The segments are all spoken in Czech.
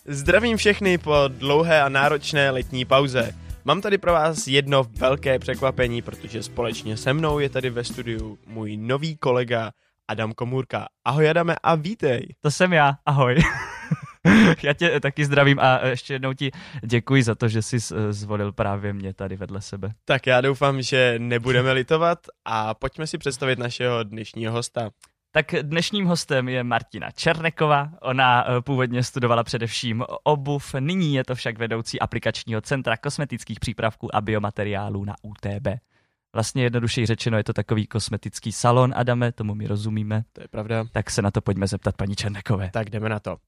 Zdravím všechny po dlouhé a náročné letní pauze. Mám tady pro vás jedno velké překvapení, protože společně se mnou je tady ve studiu můj nový kolega Adam Komůrka. Ahoj Adame a vítej. To jsem já, ahoj. Já tě taky zdravím a ještě jednou ti děkuji za to, že jsi zvolil právě mě tady vedle sebe. Tak já doufám, že nebudeme litovat a pojďme si představit našeho dnešního hosta. Tak dnešním hostem je Martina Černeková. Ona původně studovala především obuv, nyní je to však vedoucí aplikačního centra kosmetických přípravků a biomateriálů na UTB. Vlastně jednodušeji řečeno je to takový kosmetický salon, Adame, tomu my rozumíme. To je pravda. Tak se na to pojďme zeptat paní Černekové. Tak jdeme na to.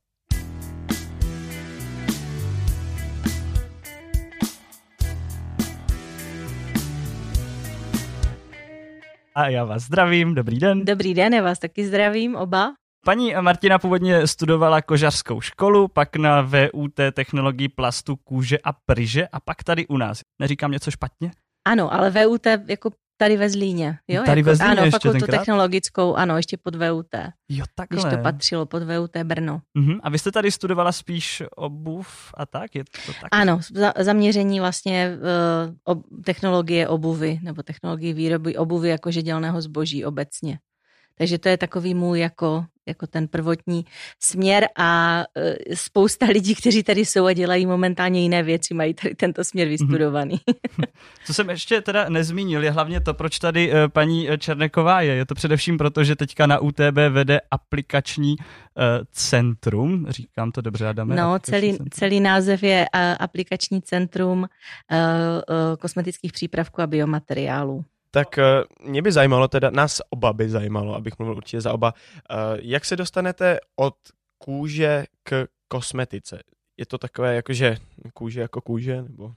A já vás zdravím, dobrý den. Dobrý den, já vás taky zdravím oba. Paní Martina původně studovala kožařskou školu, pak na VUT technologii plastu, kůže a pryže a pak tady u nás. Neříkám něco špatně? Ano, ale VUT jako tady ve Zlíně. Jo? Tady jako, ve Zlíně ano, ještě fakultu tenkrát? technologickou, ano, ještě pod VUT. Jo, takhle. Když to patřilo pod VUT Brno. A vy jste tady studovala spíš obuv a tak? Je to tak? Ano, zaměření vlastně technologie obuvy, nebo technologie výroby obuvy jako žedělného zboží obecně. Takže to je takový můj jako ten prvotní směr a spousta lidí, kteří tady jsou a dělají momentálně jiné věci, mají tady tento směr vystudovaný. Co jsem ještě teda nezmínil, je hlavně to, proč tady paní Černeková je. Je to především proto, že teďka na UTB vede aplikační centrum. Říkám to dobře, Adame? No, celý název je aplikační centrum kosmetických přípravků a biomateriálů. Tak mě by zajímalo, teda nás oba by zajímalo, abych mluvil určitě za oba, jak se dostanete od kůže k kosmetice? Je to takové jakože kůže jako kůže, nebo...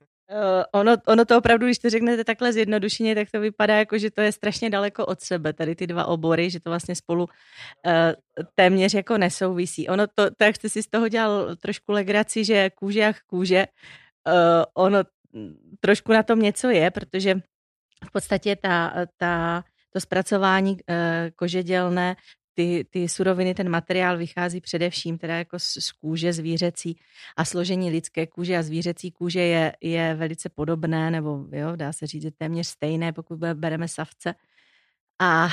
Ono to opravdu, když to řeknete takhle zjednodušeně, tak to vypadá jako, že to je strašně daleko od sebe, tady ty dva obory, že to vlastně spolu téměř jako nesouvisí. Ono to, tak jste si z toho dělal trošku legraci, že kůže jak kůže, ono trošku na tom něco je, protože v podstatě to zpracování kožedělné, ty suroviny, ten materiál vychází především teda jako z kůže zvířecí a složení lidské kůže a zvířecí kůže je velice podobné, nebo jo, dá se říct, že téměř stejné, pokud bereme savce. A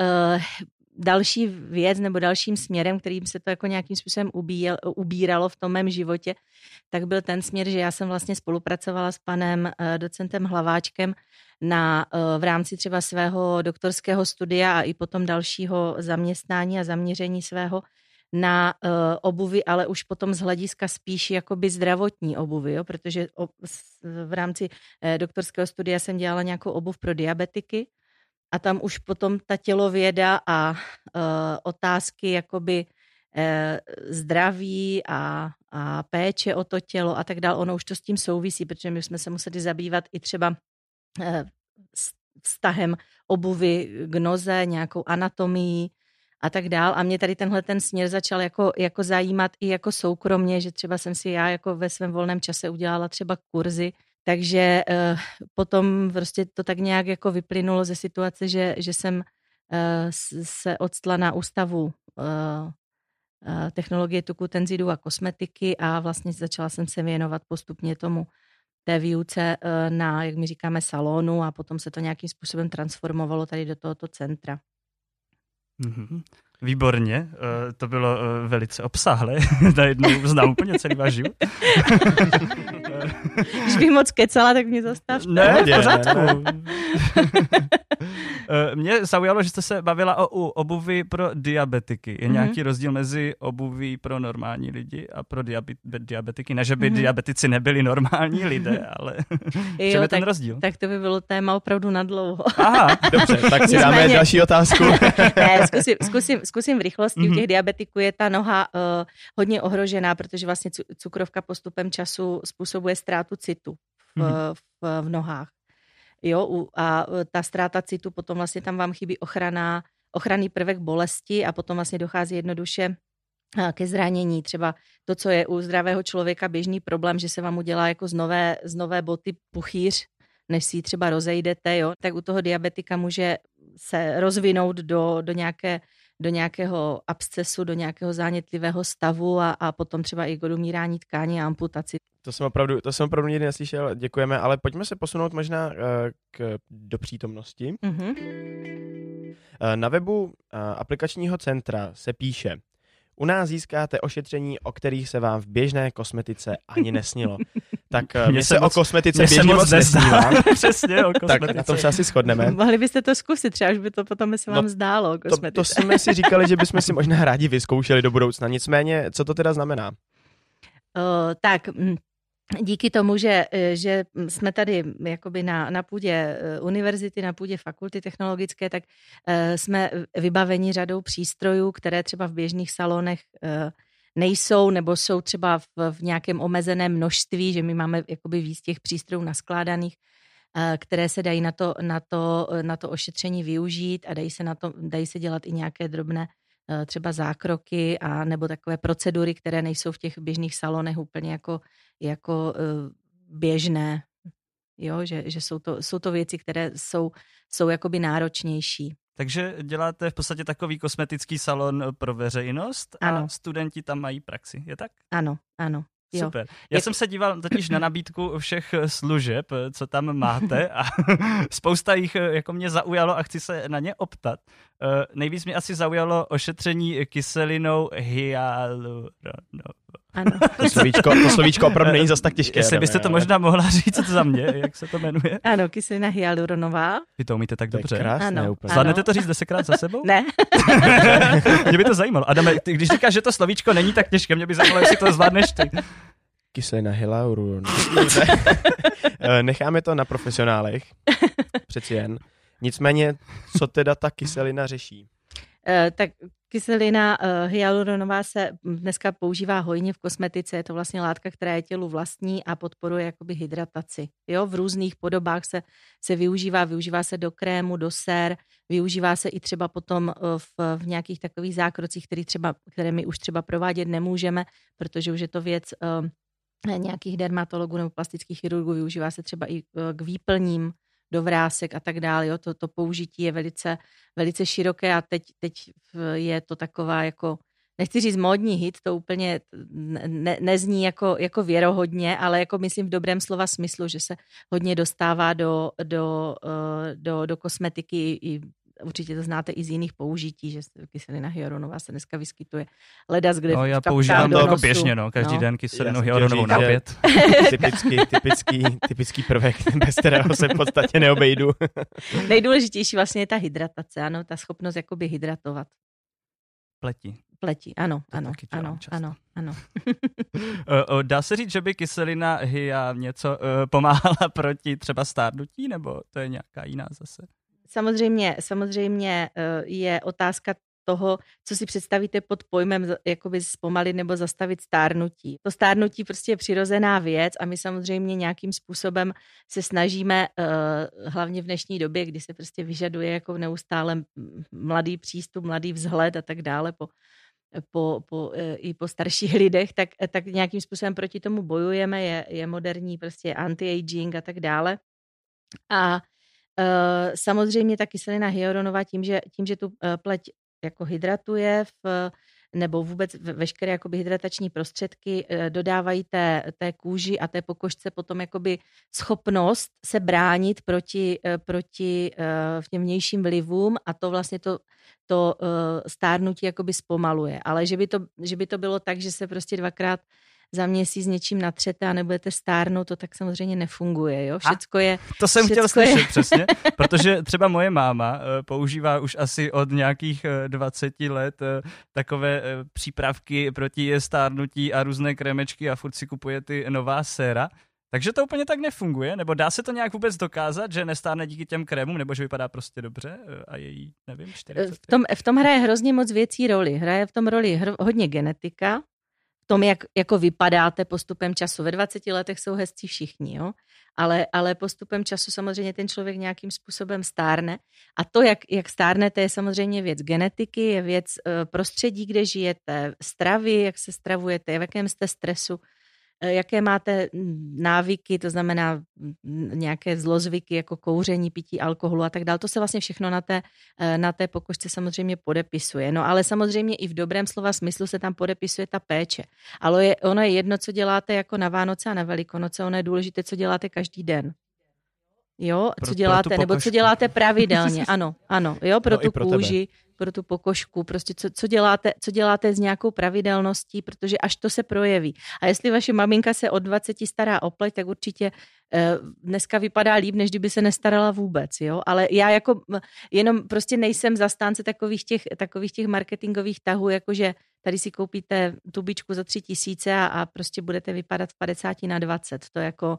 další věc nebo dalším směrem, kterým se to jako nějakým způsobem ubíralo v tom mém životě, tak byl ten směr, že já jsem vlastně spolupracovala s panem docentem Hlaváčkem v rámci třeba svého doktorského studia a i potom dalšího zaměstnání a zaměření svého na obuvi, ale už potom z hlediska spíš jakoby zdravotní obuvy, jo? Protože v rámci doktorského studia jsem dělala nějakou obuv pro diabetiky a tam už potom ta tělověda a otázky jakoby zdraví a péče o to tělo a tak dále, ono už to s tím souvisí, protože my jsme se museli zabývat i třeba vztahem obuvy k noze, nějakou anatomii a tak dál. A mě tady tenhle ten směr začal jako zajímat i jako soukromně, že třeba jsem si já jako ve svém volném čase udělala třeba kurzy, takže potom prostě to tak nějak jako vyplynulo ze situace, že jsem se odstla na ústavu technologie tuku, tenzidů a kosmetiky a vlastně začala jsem se věnovat postupně tomu té výuce na, jak my říkáme, salonu a potom se to nějakým způsobem transformovalo tady do tohoto centra. Výborně, to bylo velice obsáhlé, najednou znám úplně celý váš život. Když bych moc kecala, tak mě zastavte. Ne, v pořádku. Mě zaujalo, že jste se bavila o obuvi pro diabetiky. Je nějaký rozdíl mezi obuví pro normální lidi a pro diabetiky? Ne, že by diabetici nebyli normální lidé, ale v čem je ten rozdíl? Tak to by bylo téma opravdu nadlouho. Aha, dobře, tak si dáme další otázku. Ne, zkusím v rychlosti. U těch diabetiků je ta noha hodně ohrožená, protože vlastně cukrovka postupem času způsobuje ztrátu citu v nohách. Jo, a ta ztráta citu, potom vlastně tam vám chybí ochranný prvek bolesti a potom vlastně dochází jednoduše ke zranění. Třeba to, co je u zdravého člověka běžný problém, že se vám udělá jako z nové boty puchýř, než si ji třeba rozejdete, jo, tak u toho diabetika může se rozvinout do nějaké do nějakého abscesu, do nějakého zánětlivého stavu a potom třeba i k odumírání tkání a amputaci. To jsem opravdu nikdy neslyšel, děkujeme, ale pojďme se posunout možná do přítomnosti. Na webu aplikačního centra se píše: u nás získáte ošetření, o kterých se vám v běžné kosmetice ani nesnilo. Tak mně se o kosmetice běžně moc nesnívá. Přesně o kosmetice. Tak na tom se asi shodneme. Mohli byste to zkusit, třeba už by to potom se vám zdálo kosmetice. To jsme si říkali, že bychom si možná rádi vyzkoušeli do budoucna. Nicméně, co to teda znamená? Tak... Díky tomu, že jsme tady jakoby na půdě univerzity, na půdě fakulty technologické, tak jsme vybaveni řadou přístrojů, které třeba v běžných salonech nejsou, nebo jsou třeba v nějakém omezeném množství, že my máme jakoby víc těch přístrojů naskládaných, které se dají na to ošetření využít a dají se dělat i nějaké drobné třeba zákroky a nebo takové procedury, které nejsou v těch běžných salonech úplně jako běžné. Jo, že jsou to věci, které jsou jakoby náročnější. Takže děláte v podstatě takový kosmetický salon pro veřejnost a ano. Studenti tam mají praxi, je tak? Ano. Jo. Super. Já jsem se díval totiž na nabídku všech služeb, co tam máte a spousta jich jako mě zaujalo a chci se na ně optat. Nejvíc mě asi zaujalo ošetření kyselinou hyaluronovou. Ano. To slovíčko opravdu není zas tak těžké. Jestli byste to možná mohla říct za mě, jak se to jmenuje? Ano, kyselina hyaluronová. Vy to umíte tak dobře. Krásné, úplně. Zvládnete to říct 10krát za sebou? Ne. Mě by to zajímalo. Adame, ty, když říkáš, že to slovíčko není tak těžké, mě by zajímalo, jestli to zvládneš ty. Kyselina hyaluronová. Necháme to na profesionálech. Přeci jen. Nicméně, co teda ta kyselina řeší? Tak kyselina hyaluronová se dneska používá hojně v kosmetice. Je to vlastně látka, která je tělu vlastní a podporuje jakoby hydrataci. Jo, v různých podobách se využívá se do krému, do sér, využívá se i třeba potom v nějakých takových zákrocích, které my už třeba provádět nemůžeme, protože už je to věc nějakých dermatologů nebo plastických chirurgů, využívá se třeba i k výplním do vrásek a tak dále. Jo. To použití je velice, velice široké a teď je to taková jako, nechci říct módní hit, to úplně nezní jako věrohodně, ale jako myslím v dobrém slova smyslu, že se hodně dostává do kosmetiky i určitě to znáte i z jiných použití, že kyselina hyaluronová se dneska vyskytuje ledas, kde já používám to jako běžně, každý den kyselinu hyaluronovou na oběd. Typický prvek, bez kterého se v podstatě neobejdu. Nejdůležitější vlastně je ta hydratace, ano, ta schopnost jakoby hydratovat. Pleti, ano. Dá se říct, že by kyselina hya něco pomáhala proti třeba stárnutí, nebo to je nějaká jiná zase? Samozřejmě je otázka toho, co si představíte pod pojmem jakoby zpomalit nebo zastavit stárnutí. To stárnutí prostě je přirozená věc a my samozřejmě nějakým způsobem se snažíme, hlavně v dnešní době, kdy se prostě vyžaduje jako neustále mladý přístup, mladý vzhled a tak dále i po starších lidech, tak nějakým způsobem proti tomu bojujeme, je moderní prostě anti-aging a tak dále. A samozřejmě ta kyselina hyaluronová tím, že tu pleť jako hydratuje nebo vůbec veškeré jakoby hydratační prostředky dodávají té kůži a té pokožce potom jakoby schopnost se bránit proti těm vnějším vlivům a to vlastně to stárnutí jakoby zpomaluje. Ale že by to bylo tak, že se prostě 2krát za měsíc něčím natřete a nebudete stárnout, to tak samozřejmě nefunguje. Jo? To jsem chtěl slyšet přesně, protože třeba moje máma používá už asi od nějakých 20 let takové přípravky proti stárnutí a různé krémečky a furt si kupuje ty nová séra. Takže to úplně tak nefunguje? Nebo dá se to nějak vůbec dokázat, že nestárne díky těm krémům, nebo že vypadá prostě dobře a je jí, nevím, 40? V tom hraje hrozně moc věcí roli. Hraje v tom roli hodně genetika, v tom, jak jako vypadáte postupem času. Ve 20 letech jsou hezcí všichni, jo? Ale postupem času samozřejmě ten člověk nějakým způsobem stárne. A to, jak stárnete, je samozřejmě věc genetiky, je věc prostředí, kde žijete, stravy, jak se stravujete, v jakém jste stresu. jaké máte návyky, to znamená nějaké zlozvyky jako kouření, pití alkoholu a tak dále. To se vlastně všechno na té pokožce samozřejmě podepisuje. No ale samozřejmě i v dobrém slova smyslu se tam podepisuje ta péče. Ale ono je jedno, co děláte jako na Vánoce a na Velikonoce, ono je důležité, co děláte každý den. Jo, co děláte, nebo co děláte pravidelně, ano, jo, pro tu kůži, pro tu pokožku, prostě co děláte s nějakou pravidelností, protože až to se projeví. A jestli vaše maminka se od 20 stará o pleť, tak určitě dneska vypadá líp, než kdyby se nestarala vůbec, jo, ale já jako jenom prostě nejsem zastánce takových těch marketingových tahů, jakože tady si koupíte tubičku za 3 000 a prostě budete vypadat v 50 na 20, to jako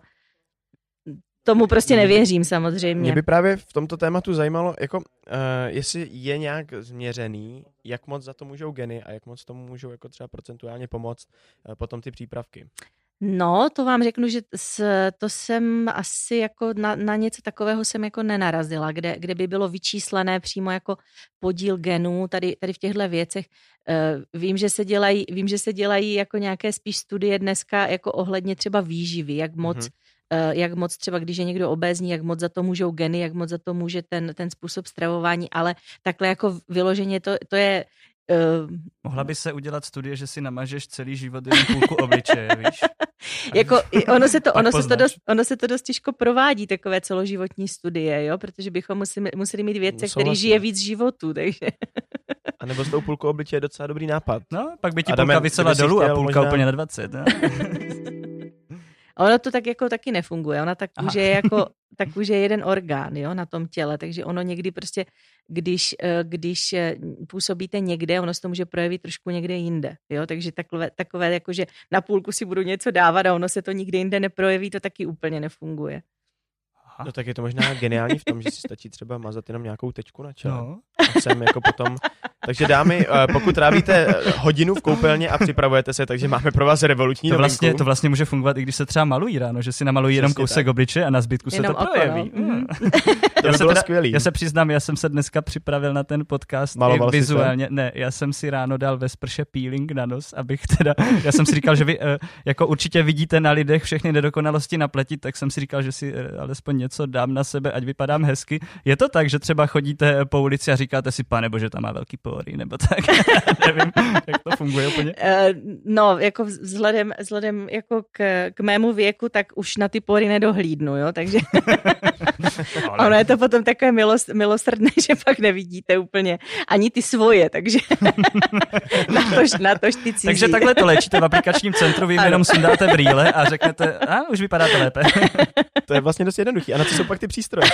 tomu prostě nevěřím samozřejmě. Mě by právě v tomto tématu zajímalo, jako, jestli je nějak změřený, jak moc za to můžou geny a jak moc tomu můžou jako třeba procentuálně pomoct potom ty přípravky. No, to vám řeknu, že to jsem asi jako na něco takového jsem jako nenarazila, kde by bylo vyčíslené přímo jako podíl genů tady v těchto věcech. Vím, že se dělají jako nějaké spíš studie dneska jako ohledně třeba výživy, jak moc třeba, když je někdo obézní, jak moc za to můžou geny, jak moc za to může ten způsob stravování, ale takhle jako vyloženě to je... Mohla by se udělat studie, že si namažeš celý život jenom půlku obličeje, víš? Jako ono se to dost těžko provádí, takové celoživotní studie, jo, protože bychom museli mít vědce, který žije víc životů, takže... A nebo s tou půlkou obličeje je docela dobrý nápad. No, pak by ti půlka visela dolů a půlka možná... úplně na 20. No? Ono to tak jako taky nefunguje. Ona tak už je jako tak už je jeden orgán, jo, na tom těle, takže ono někdy prostě, když působíte někde, ono se to může projevit trošku někde jinde, jo, takže takové jako, že na půlku si budu něco dávat a ono se to nikde jinde neprojeví, to taky úplně nefunguje. No tak je to možná geniální v tom, že si stačí třeba mazat jenom nějakou tečku na čele. No. A sem jako potom... Takže dámy, pokud trávíte hodinu v koupelně a připravujete se, takže máme pro vás revoluční novinku. To vlastně může fungovat, i když se třeba malují ráno, že si namalují jenom kousek obličeje a na zbytku se to projeví. To by bylo skvělý. Já se přiznám, já jsem se dneska připravil na ten podcast vizuálně. Ne, já jsem si ráno dal ve sprše peeling na nos, abych teda... Já jsem si říkal, že vy jako určitě vidíte na lidech všechny nedokonalosti na pleti, tak jsem si říkal, že si alespoň něco dám na sebe, ať vypadám hezky. Je to tak, že třeba chodíte po ulici a říkáte si, pane bože, tam má velký pory, nebo tak? Nevím, jak to funguje úplně. No, jako vzhledem jako k mému věku, tak už na ty pory nedohlídnu, jo, takže ono je to potom takové milosrdné, že pak nevidíte úplně ani ty svoje, takže natož ty cizí. Takže takhle to léčíte v aplikačním centru, vy jim jenom sundáte brýle a řeknete, už vypadáte lépe. To je vlastně dost jednoduchý. A na co jsou pak ty přístroje?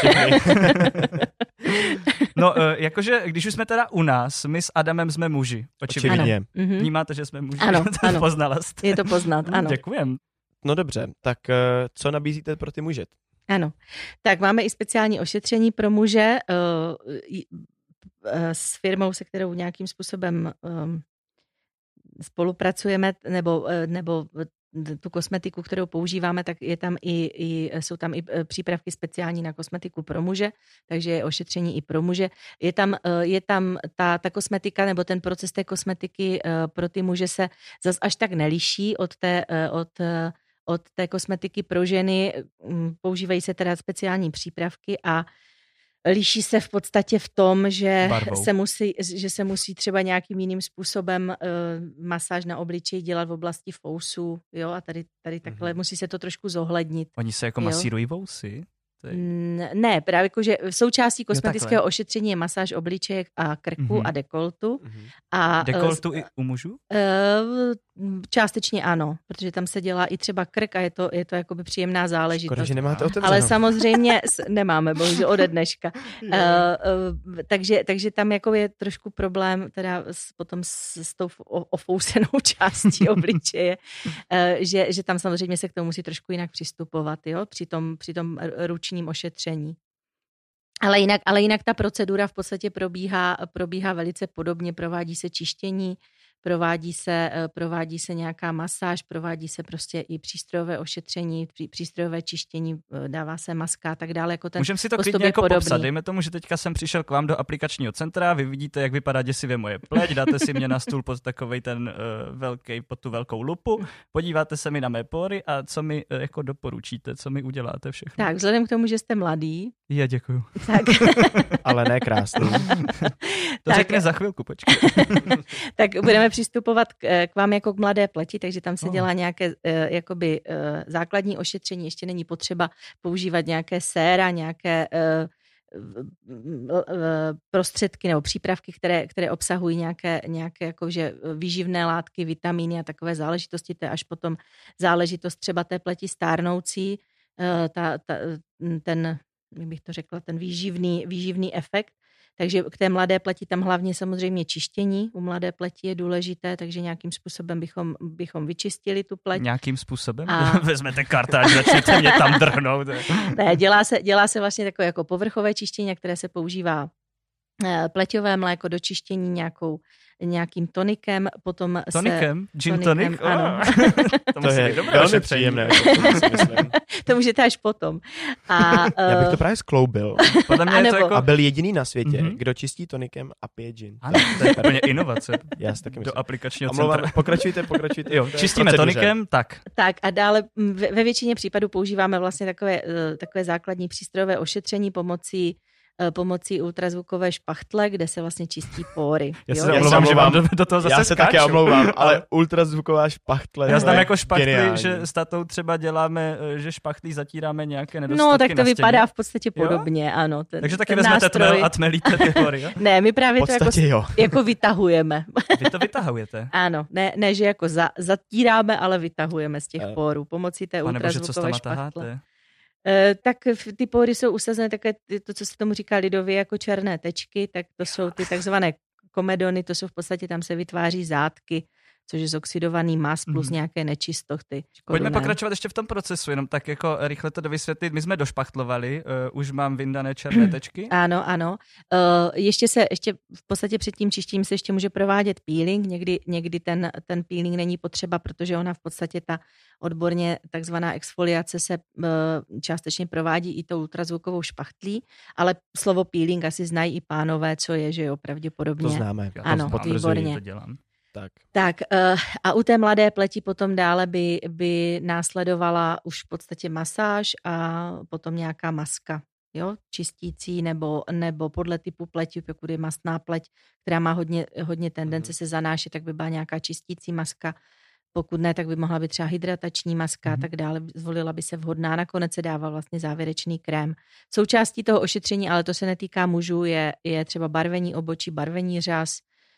No, jakože, když už jsme teda u nás, my s Adamem jsme muži. Očividně. Vnímáte, že jsme muži? Ano. Poznala jste. Je to poznat, ano. Děkujem. No dobře, tak co nabízíte pro ty muže? Ano, tak máme i speciální ošetření pro muže s firmou, se kterou nějakým způsobem spolupracujeme, nebo tu kosmetiku, kterou používáme, tak je tam jsou tam i přípravky speciální na kosmetiku pro muže, takže je ošetření i pro muže. Je tam ta kosmetika nebo ten proces té kosmetiky pro ty muže se zas až tak neliší od té kosmetiky pro ženy. Používají se teda speciální přípravky a liší se v podstatě v tom, že se musí třeba nějakým jiným způsobem masáž na obličeji dělat v oblasti fousů, jo, a tady takhle musí se to trošku zohlednit. Oni se jako masírují vousy? Ne, právě jako, že součástí kosmetického ošetření je masáž obličeje a krku a dekoltu. A dekoltu i u mužů? Částečně ano, protože tam se dělá i třeba krk a je to jakoby příjemná záležitost. Škoda, že nemáte otevřeno. Ale samozřejmě nemáme, bohužel ode dneška. Takže tam jako je trošku problém teda potom s tou ofousenou částí obličeje, že tam samozřejmě se k tomu musí trošku jinak přistupovat, jo, při tom ručním ošetření. Ale jinak ta procedura v podstatě probíhá velice podobně, provádí se čištění, provádí se nějaká masáž, provádí se prostě i přístrojové ošetření, přístrojové čištění, dává se maska a tak dále. Jako ten můžeme si to klidně jako popsat. Dejme tomu, že teďka jsem přišel k vám do aplikačního centra, vy vidíte, jak vypadá děsivě moje pleť, dáte si mě na stůl pod takovej ten pod tu velkou lupu, podíváte se mi na mé pory a co mi jako doporučíte, co mi uděláte všechno. Tak, vzhledem k tomu, že jste mladý. Já děkuju. Tak. Ale ne krásný. To řekne za chvilku, počkej. Tak budeme přistupovat k vám jako k mladé pleti, takže tam se dělá nějaké jakoby základní ošetření, ještě není potřeba používat nějaké séra, nějaké prostředky nebo přípravky, které obsahují nějaké jakože výživné látky, vitamíny a takové záležitosti, to je až potom záležitost třeba té pleti stárnoucí, ten, jak bych to řekla, ten výživný efekt. Takže k té mladé pleti tam hlavně samozřejmě čištění. U mladé pleti je důležité, takže nějakým způsobem bychom vyčistili tu pleť. Nějakým způsobem? Vezmete kartáč, začnete mě tam drhnout. Ne, dělá se vlastně takové jako povrchové čištění, které se používá pleťové mléko do čištění nějakým tonikem, potom Tonikem? Gin tonic? Ano. To je velmi příjemné. To můžete až potom. Já bych to právě skloubil. Podle mě to jako... A byl jediný na světě, kdo čistí tonikem a pije gin. Ano, to je úplně inovace. Já si taky myslím. Do aplikačního centra. Pokračujte. Jo, čistíme tonikem, tak. Tak a dále ve většině případů používáme vlastně takové základní přístrojové ošetření pomocí ultrazvukové špachtle, kde se vlastně čistí pory. Já se omlouvám, že vám do toho zase Já se také omlouvám, ale ultrazvuková špachtle. Já znám jako špachtly, že s tatou třeba děláme, že špachtlí zatíráme nějaké nedostatky. No, tak to vypadá v podstatě podobně, jo? Ano. Takže taky vezmete tmel a tmelíte ty pory, jo? Ne, my právě to jako vytahujeme. Vy to vytahujete? Ano, ne, že jako zatíráme, ale vytahujeme z těch porů pomocí té ultrazvukové špachtle. Tak ty pory jsou usazené také, to, co se tomu říká lidově jako černé tečky, tak to jsou ty takzvané komedony, to jsou v podstatě, tam se vytváří zátky, což je zoxidovaný mas plus nějaké nečistoty. Pojďme pokračovat ještě v tom procesu, jenom tak jako rychle to dovysvětlit. My jsme došpachtlovali, už mám vyndané černé tečky. Ano. Ještě v podstatě před tím čištěním se ještě může provádět peeling. Někdy ten peeling není potřeba, protože ona v podstatě ta odborně takzvaná exfoliace se částečně provádí i tou ultrazvukovou špachtlí, ale slovo peeling asi znají i pánové, co je, že jo, pravděpodobně. To známe. Ano, výborně. To dělám. Tak a u té mladé pleti potom dále by následovala už v podstatě masáž a potom nějaká maska, jo, čistící nebo podle typu pleti, pokud je mastná pleť, která má hodně tendence se zanášet, tak by byla nějaká čistící maska. Pokud ne, tak by mohla být třeba hydratační maska a tak dále, zvolila by se vhodná. Nakonec se dává vlastně závěrečný krém. Součástí toho ošetření, ale to se netýká mužů, je třeba barvení obočí, barvení řas,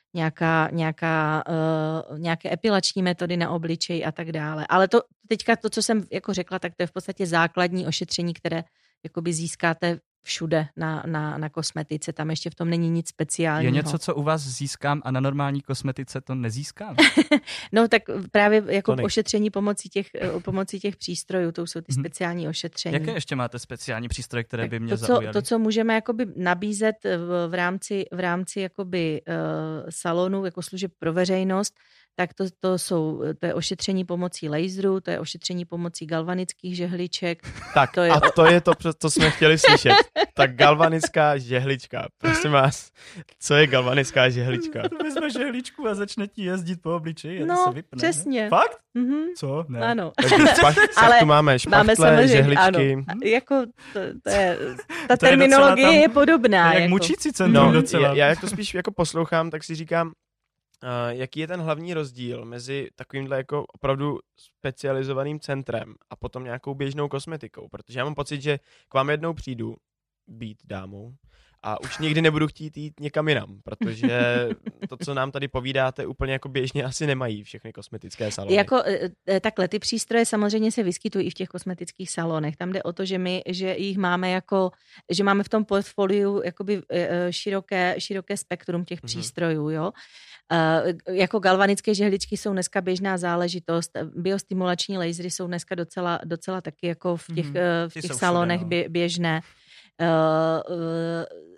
nějaké epilační metody na obličej a tak dále. Ale teďka to, co jsem jako řekla, tak to je v podstatě základní ošetření, které jakoby získáte všude na kosmetice. Tam ještě v tom není nic speciálního. Je něco, co u vás získám a na normální kosmetice to nezískám? No tak právě jako ošetření pomocí těch přístrojů, to jsou ty speciální ošetření. Jaké ještě máte speciální přístroje, které by mě zaujaly? To, co můžeme jakoby nabízet v rámci jakoby salonu, jako služeb pro veřejnost, tak to je ošetření pomocí laseru, to je ošetření pomocí galvanických žehliček. Tak to je to, co jsme chtěli slyšet. Tak galvanická žehlička. Prosím vás, co je galvanická žehlička? Vezme žehličku a začne ti jezdit po obličeji a to se vypne. Přesně. Ne? Fakt? Mm-hmm. Co? Ne. Ano. Ale tu máme špachtle, žehličky. Ano. Jako ta terminologie je podobná. Jak mučící centrum docela. Já jak to spíš jako poslouchám, tak si říkám, jaký je ten hlavní rozdíl mezi takovýmhle jako opravdu specializovaným centrem a potom nějakou běžnou kosmetikou, protože já mám pocit, že k vám jednou přijdu být dámou a už nikdy nebudu chtít jít někam jinam, protože to, co nám tady povídáte, úplně jako běžně asi nemají všechny kosmetické salony. Takhle, ty přístroje samozřejmě se vyskytují i v těch kosmetických salonech. Tam jde o to, že jich máme že máme v tom portfoliu jakoby široké spektrum těch přístrojů, jo. Jako galvanické žehličky jsou dneska běžná záležitost, biostimulační lasery jsou dneska docela taky jako v těch salonech běžné.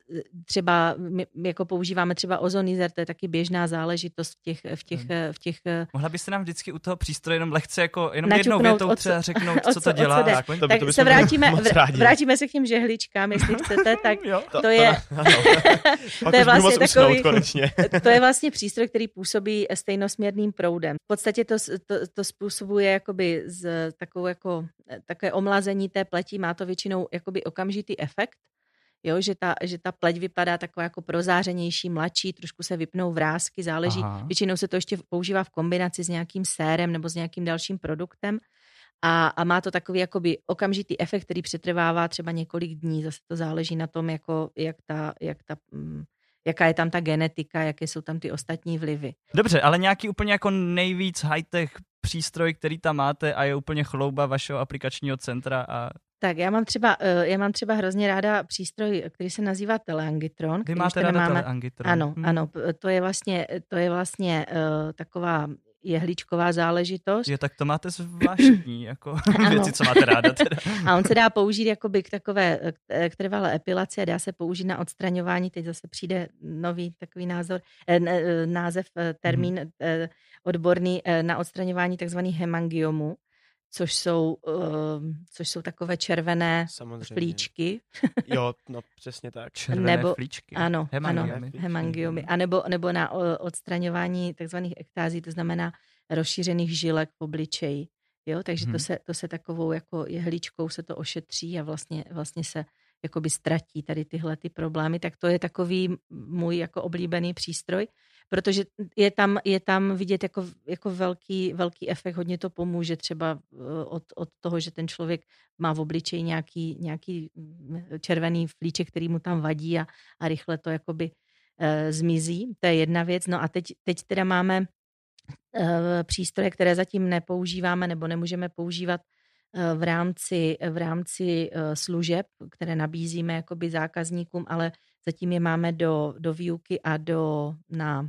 třeba my jako používáme třeba ozonizer, to je taky běžná záležitost v těch Mohla byste nám vždycky u toho přístroje jenom lehce jako jenom jednou větou třeba řeknout, co to dělá? Tak se vrátíme se k těm žehličkám, jestli chcete, tak to je to je vlastně takový, to je vlastně přístroj, který působí stejnosměrným proudem. V podstatě to způsobuje jakoby z takové omlazení té pleti, má to většinou jakoby okamžitý efekt, jo, že ta pleť vypadá taková jako prozářenější, mladší, trošku se vypnou vrásky, záleží. Většinou se to ještě používá v kombinaci s nějakým sérem nebo s nějakým dalším produktem a má to takový jakoby okamžitý efekt, který přetrvává třeba několik dní. Zase to záleží na tom, jaká je tam ta genetika, jaké jsou tam ty ostatní vlivy. Dobře, ale nějaký úplně jako nejvíc high-tech přístroj, který tam máte a je úplně chlouba vašeho aplikačního centra a... Tak já mám třeba hrozně ráda přístroj, který se nazývá Teleangitron. Vy máte ráda Teleangitron. Ano, to je vlastně taková jehličková záležitost. Jo, tak to máte zvláštní jako věci, co máte ráda teda. A on se dá použít jakoby k takové k trvalé epilaci a dá se použít na odstraňování. Teď zase přijde nový takový termín odborný na odstraňování takzvaných hemangiomů, což jsou takové červené flíčky. Jo, no přesně tak. Červené flíčky. Ano, hemangiomy. A nebo na odstraňování takzvaných ektází, to znamená rozšířených žilek v obličeji. Jo, takže to se takovou jako jehličkou se to ošetří a vlastně se jakoby ztratí tady tyhle ty problémy. Tak to je takový můj jako oblíbený přístroj, protože je tam vidět jako velký efekt, hodně to pomůže třeba od toho, že ten člověk má v obličeji nějaký červený flíček, který mu tam vadí a rychle to jakoby zmizí. To je jedna věc. No a teď teda máme přístroje, které zatím nepoužíváme nebo nemůžeme používat v rámci služeb, které nabízíme jakoby zákazníkům, ale zatím je máme do výuky a na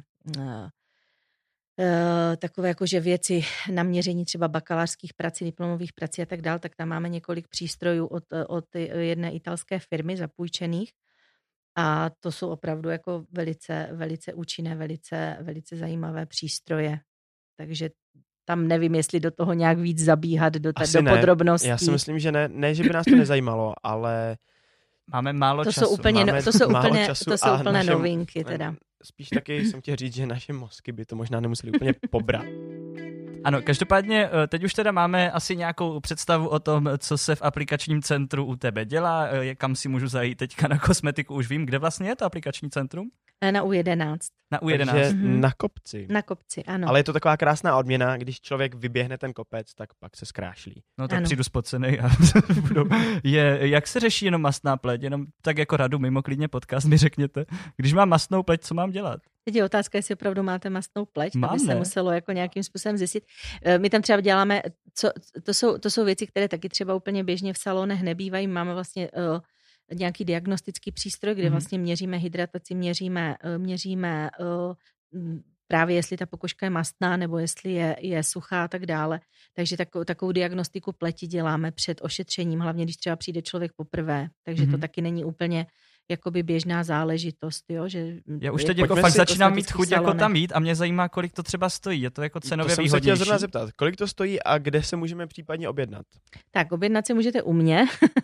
takové jakože věci na měření třeba bakalářských prací, diplomových prací a tak dál, tak tam máme několik přístrojů od jedné italské firmy zapůjčených a to jsou opravdu jako velice, velice účinné, velice zajímavé přístroje. Takže tam nevím, jestli do toho nějak víc zabíhat do podrobností. Já si myslím, že ne, že by nás to nezajímalo, ale máme málo času. To jsou úplně novinky teda. Spíš taky jsem chtěl říct, že naše mozky by to možná nemuseli úplně pobrat. Ano, každopádně teď už teda máme asi nějakou představu o tom, co se v aplikačním centru u tebe dělá, kam si můžu zajít teďka na kosmetiku, už vím, kde vlastně je to aplikační centrum? Na U11. Na U11. Takže na kopci. Na kopci, ano. Ale je to taková krásná odměna, když člověk vyběhne ten kopec, tak pak se zkrášlí. No tak přijdu spocenej a jak se řeší jenom mastná pleť? Jenom tak jako radu mimo klidně podcast mi řekněte. Když mám mastnou pleť, co mám dělat? Teď je otázka, jestli opravdu máte mastnou pleť, to by se muselo jako nějakým způsobem zjistit. My tam třeba děláme, to jsou věci, které taky třeba úplně běžně v salonech nebývají. Máme vlastně nějaký diagnostický přístroj, kde vlastně měříme hydrataci, měříme právě jestli ta pokožka je mastná nebo jestli je suchá a tak dále. Takže takovou diagnostiku pleti děláme před ošetřením, hlavně když třeba přijde člověk poprvé. Takže to taky není úplně jakoby běžná záležitost, jo, že... Já už teď jako fakt začínám mít chuť jako tam jít a mě zajímá, kolik to třeba stojí. Je to jako cenově výhodnější? To jsem se chtěl zrovna zeptat. Kolik to stojí a kde se můžeme případně objednat? Tak, objednat se můžete u mě.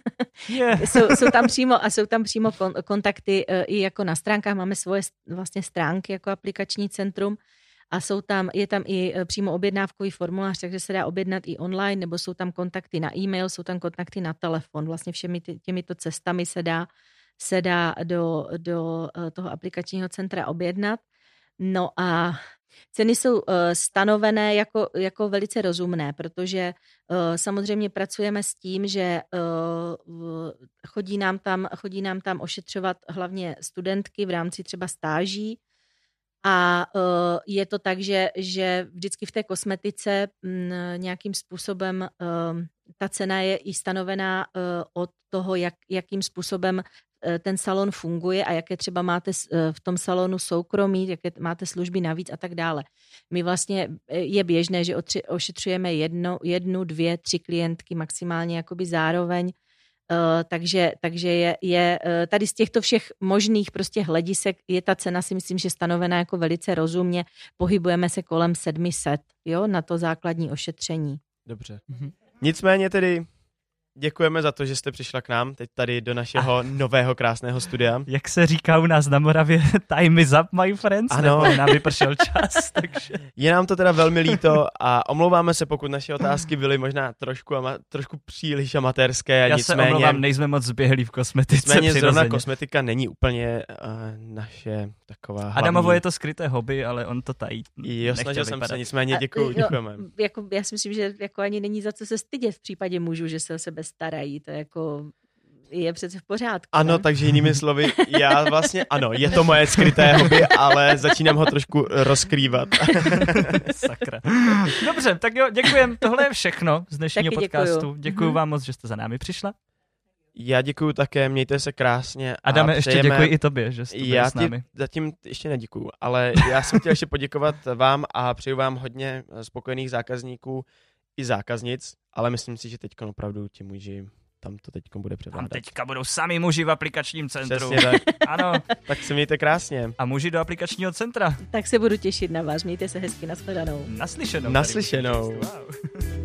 Jsou tam přímo kontakty i jako na stránkách. Máme svoje vlastně stránky jako aplikační centrum a je tam i přímo objednávkový formulář, takže se dá objednat i online, nebo jsou tam kontakty na e-mail, jsou tam kontakty na telefon. Vlastně všemi těmito cestami se dá do toho aplikačního centra objednat. No a ceny jsou stanovené jako velice rozumné, protože samozřejmě pracujeme s tím, že chodí nám tam ošetřovat hlavně studentky v rámci třeba stáží a je to tak, že vždycky v té kosmetice nějakým způsobem ta cena je i stanovená od toho, jakým způsobem ten salon funguje a jaké třeba máte v tom salonu soukromí, jaké máte služby navíc a tak dále. My vlastně je běžné, že ošetřujeme 1, 2, 3 klientky maximálně jakoby zároveň Takže je tady z těchto všech možných prostě hledisek je ta cena, si myslím, že stanovená jako velice rozumně. Pohybujeme se kolem 700, jo, na to základní ošetření. Dobře. Nicméně tedy děkujeme za to, že jste přišla k nám teď tady do našeho nového krásného studia. Jak se říká u nás na Moravě, time is up, my friends, ano. nebo nám vypršel čas, takže... Je nám to teda velmi líto a omlouváme se, pokud naše otázky byly možná trošku příliš amatérské. Já nicméně, se omlouvám, nejsme moc zběhlí v kosmetice. Nicméně zrovna kosmetika není úplně naše taková hlavní... Adamovo je to skryté hobby, ale on to tají. Jo, snažil jsem se, nicméně děkujeme. Jako, já si myslím, že jako ani není za co se stydět v případě mužů, že se o sebe starají, to jako je přece v pořádku. Ano, ne? Takže jinými slovy, já vlastně, ano, je to moje skryté hobby, ale začínám ho trošku rozkrývat. Sakra. Dobře, tak jo, děkujem, tohle je všechno z dnešního Taky podcastu. Děkuju vám moc, že jste za námi přišla. Já děkuju také, mějte se krásně. Adame, ještě děkuji i tobě, že jste byl s námi. Zatím ještě neděkuju, ale já jsem chtěl ještě poděkovat vám a přeju vám hodně spokojených zákazníků i zákaznic, ale myslím si, že teď opravdu ti muži tam to teď bude převládat. Tam teďka budou sami muži v aplikačním centru. Přesně tak. Ano. Tak se mějte krásně. A muži do aplikačního centra. Tak se budu těšit na vás, mějte se hezky, nashledanou. Naslyšenou. Naslyšenou. Wow.